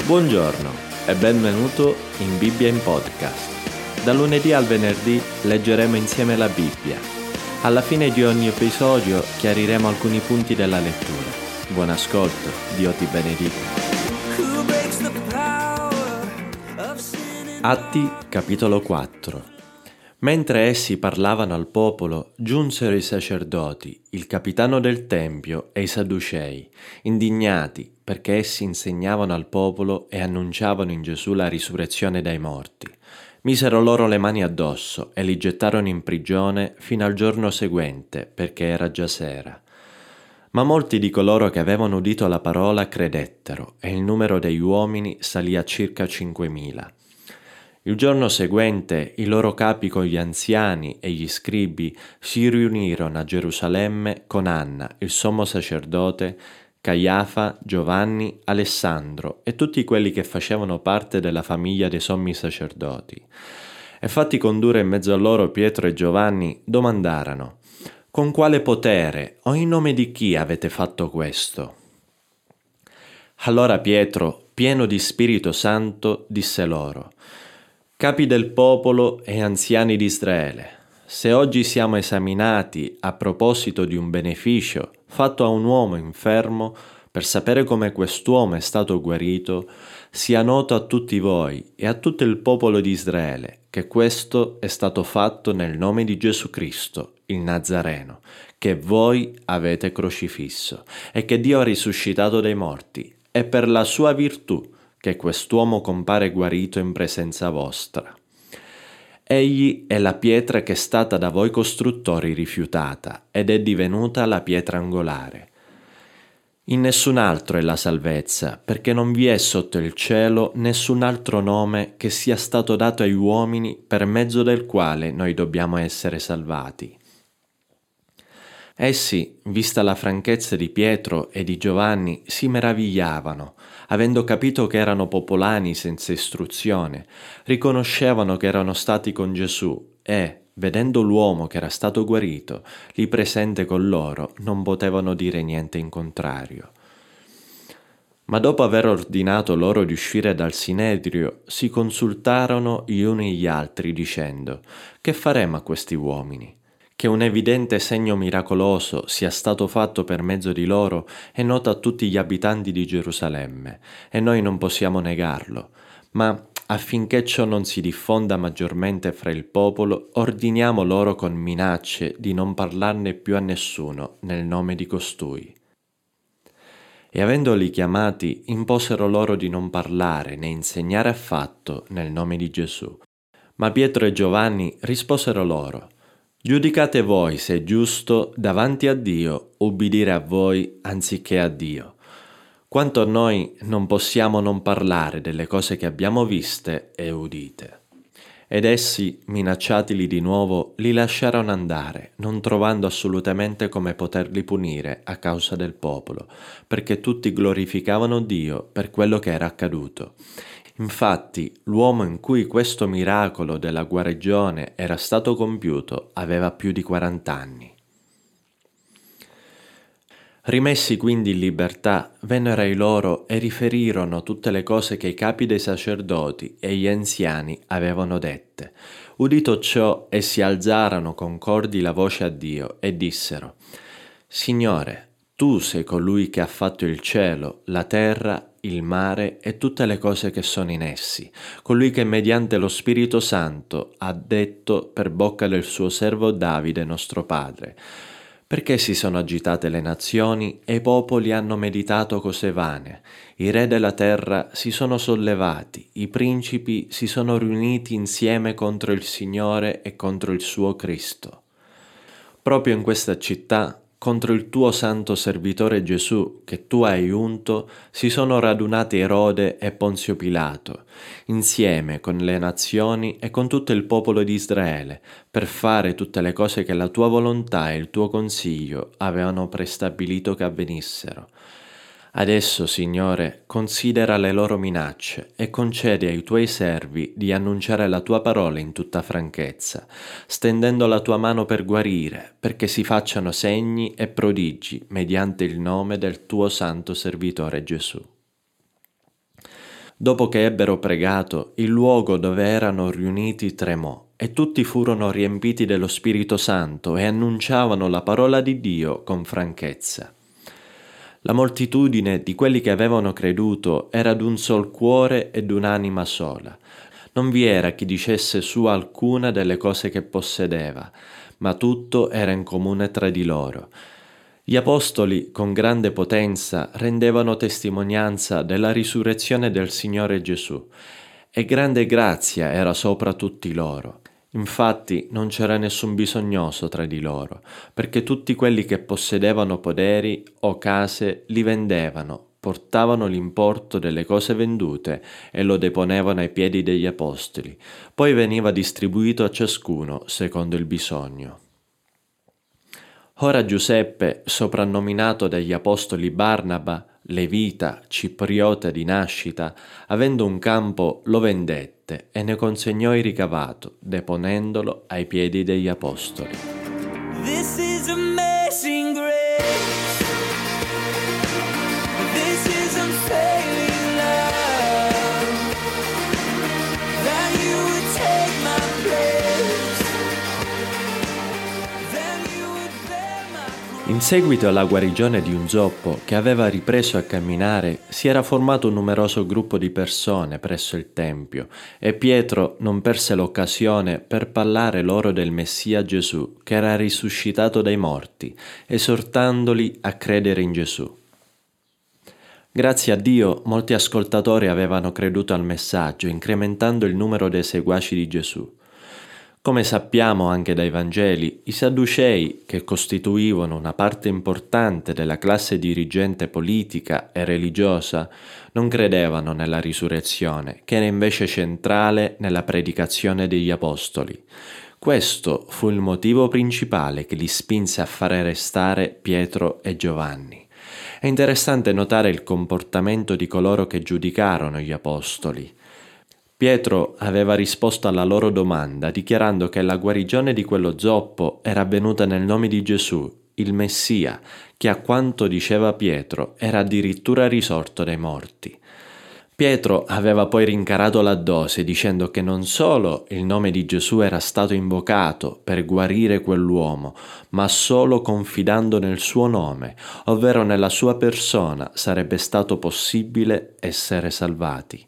Buongiorno e benvenuto in Bibbia in Podcast. Da lunedì al venerdì leggeremo insieme la Bibbia. Alla fine di ogni episodio chiariremo alcuni punti della lettura. Buon ascolto, Dio ti benedica. Atti capitolo 4. Mentre essi parlavano al popolo, giunsero i sacerdoti, il capitano del tempio e i sadducei, indignati perché essi insegnavano al popolo e annunciavano in Gesù la risurrezione dai morti. Misero loro le mani addosso e li gettarono in prigione fino al giorno seguente, perché era già sera. Ma molti di coloro che avevano udito la parola credettero, e il numero degli uomini salì a circa 5.000. Il giorno seguente i loro capi con gli anziani e gli scribi si riunirono a Gerusalemme con Anna, il sommo sacerdote, Caiafa, Giovanni, Alessandro e tutti quelli che facevano parte della famiglia dei sommi sacerdoti. E fatti condurre in mezzo a loro Pietro e Giovanni, domandarono: «Con quale potere o in nome di chi avete fatto questo?» Allora Pietro, pieno di Spirito Santo, disse loro: «Capi del popolo e anziani di Israele, se oggi siamo esaminati a proposito di un beneficio fatto a un uomo infermo, per sapere come quest'uomo è stato guarito, sia noto a tutti voi e a tutto il popolo di Israele che questo è stato fatto nel nome di Gesù Cristo, il Nazareno, che voi avete crocifisso e che Dio ha risuscitato dai morti, e per la sua virtù che quest'uomo compare guarito in presenza vostra. Egli è la pietra che è stata da voi costruttori rifiutata ed è divenuta la pietra angolare. In nessun altro è la salvezza, perché non vi è sotto il cielo nessun altro nome che sia stato dato agli uomini per mezzo del quale noi dobbiamo essere salvati». Essi, vista la franchezza di Pietro e di Giovanni, si meravigliavano, avendo capito che erano popolani senza istruzione, riconoscevano che erano stati con Gesù e, vedendo l'uomo che era stato guarito, lì presente con loro, non potevano dire niente in contrario. Ma dopo aver ordinato loro di uscire dal Sinedrio, si consultarono gli uni gli altri, dicendo: «Che faremo a questi uomini? Che un evidente segno miracoloso sia stato fatto per mezzo di loro è noto a tutti gli abitanti di Gerusalemme, e noi non possiamo negarlo, ma affinché ciò non si diffonda maggiormente fra il popolo, ordiniamo loro con minacce di non parlarne più a nessuno nel nome di costui». E avendoli chiamati, imposero loro di non parlare né insegnare affatto nel nome di Gesù. Ma Pietro e Giovanni risposero loro: «Giudicate voi se è giusto davanti a Dio ubbidire a voi anziché a Dio. Quanto a noi non possiamo non parlare delle cose che abbiamo viste e udite». Ed essi, minacciatili di nuovo, li lasciarono andare, non trovando assolutamente come poterli punire a causa del popolo, perché tutti glorificavano Dio per quello che era accaduto. Infatti, l'uomo in cui questo miracolo della guarigione era stato compiuto aveva più di 40 anni. Rimessi quindi in libertà, vennero ai loro e riferirono tutte le cose che i capi dei sacerdoti e gli anziani avevano dette. Udito ciò, essi alzarono concordi la voce a Dio e dissero: «Signore, tu sei colui che ha fatto il cielo, la terra, il mare e tutte le cose che sono in essi, colui che mediante lo Spirito Santo ha detto per bocca del suo servo Davide nostro padre: perché si sono agitate le nazioni e i popoli hanno meditato cose vane, i re della terra si sono sollevati, i principi si sono riuniti insieme contro il Signore e contro il suo Cristo. Proprio in questa città, contro il tuo santo servitore Gesù, che tu hai unto, si sono radunati Erode e Ponzio Pilato, insieme con le nazioni e con tutto il popolo di Israele, per fare tutte le cose che la tua volontà e il tuo consiglio avevano prestabilito che avvenissero. Adesso, Signore, considera le loro minacce e concedi ai tuoi servi di annunciare la tua parola in tutta franchezza, stendendo la tua mano per guarire, perché si facciano segni e prodigi mediante il nome del tuo santo servitore Gesù». Dopo che ebbero pregato, il luogo dove erano riuniti tremò e tutti furono riempiti dello Spirito Santo e annunciavano la parola di Dio con franchezza. La moltitudine di quelli che avevano creduto era d'un sol cuore e d'un'anima sola. Non vi era chi dicesse su alcuna delle cose che possedeva, ma tutto era in comune tra di loro. Gli apostoli, con grande potenza, rendevano testimonianza della risurrezione del Signore Gesù, e grande grazia era sopra tutti loro. Infatti non c'era nessun bisognoso tra di loro, perché tutti quelli che possedevano poderi o case li vendevano, portavano l'importo delle cose vendute e lo deponevano ai piedi degli apostoli. Poi veniva distribuito a ciascuno secondo il bisogno. Ora Giuseppe, soprannominato dagli apostoli Barnaba, Levita, cipriote di nascita, avendo un campo lo vendette e ne consegnò il ricavato, deponendolo ai piedi degli apostoli. This is amazing grace. This is unfailing love. That you would take my place. That you would bear my. In seguito alla guarigione di un zoppo che aveva ripreso a camminare, si era formato un numeroso gruppo di persone presso il Tempio e Pietro non perse l'occasione per parlare loro del Messia Gesù, che era risuscitato dai morti, esortandoli a credere in Gesù. Grazie a Dio, molti ascoltatori avevano creduto al messaggio, incrementando il numero dei seguaci di Gesù. Come sappiamo anche dai Vangeli, i Sadducei, che costituivano una parte importante della classe dirigente politica e religiosa, non credevano nella risurrezione, che era invece centrale nella predicazione degli Apostoli. Questo fu il motivo principale che li spinse a fare arrestare Pietro e Giovanni. È interessante notare il comportamento di coloro che giudicarono gli Apostoli. Pietro aveva risposto alla loro domanda dichiarando che la guarigione di quello zoppo era avvenuta nel nome di Gesù, il Messia, che a quanto diceva Pietro era addirittura risorto dai morti. Pietro aveva poi rincarato la dose dicendo che non solo il nome di Gesù era stato invocato per guarire quell'uomo, ma solo confidando nel suo nome, ovvero nella sua persona, sarebbe stato possibile essere salvati.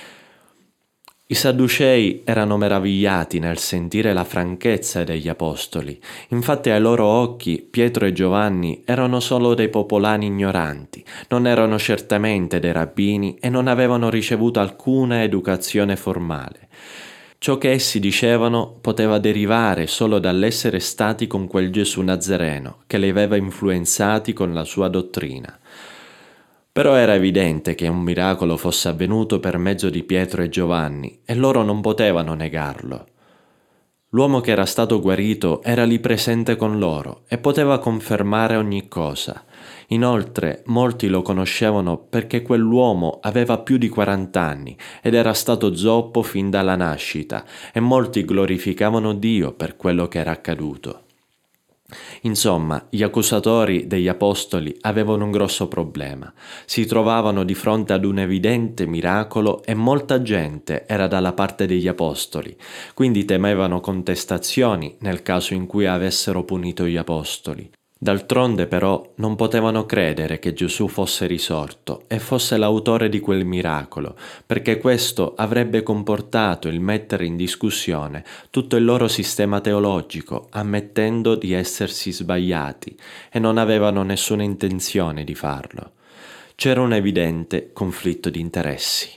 I Sadducei erano meravigliati nel sentire la franchezza degli apostoli. Infatti ai loro occhi Pietro e Giovanni erano solo dei popolani ignoranti, non erano certamente dei rabbini e non avevano ricevuto alcuna educazione formale. Ciò che essi dicevano poteva derivare solo dall'essere stati con quel Gesù Nazareno che li aveva influenzati con la sua dottrina. Però era evidente che un miracolo fosse avvenuto per mezzo di Pietro e Giovanni e loro non potevano negarlo. L'uomo che era stato guarito era lì presente con loro e poteva confermare ogni cosa. Inoltre, molti lo conoscevano perché quell'uomo aveva più di 40 anni ed era stato zoppo fin dalla nascita e molti glorificavano Dio per quello che era accaduto. Insomma, gli accusatori degli apostoli avevano un grosso problema. Si trovavano di fronte ad un evidente miracolo e molta gente era dalla parte degli apostoli, quindi temevano contestazioni nel caso in cui avessero punito gli apostoli. D'altronde però non potevano credere che Gesù fosse risorto e fosse l'autore di quel miracolo, perché questo avrebbe comportato il mettere in discussione tutto il loro sistema teologico, ammettendo di essersi sbagliati, e non avevano nessuna intenzione di farlo. C'era un evidente conflitto di interessi.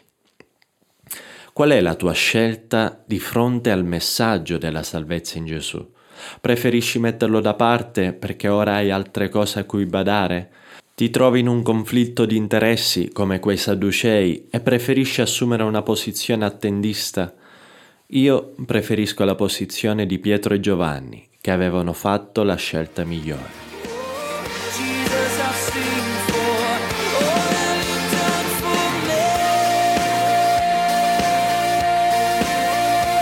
Qual è la tua scelta di fronte al messaggio della salvezza in Gesù? Preferisci metterlo da parte perché ora hai altre cose a cui badare? Ti trovi in un conflitto di interessi come quei Sadducei e preferisci assumere una posizione attendista? Io preferisco la posizione di Pietro e Giovanni, che avevano fatto la scelta migliore.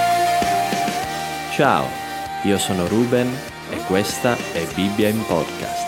Ciao! Io sono Ruben e questa è Bibbia in Podcast.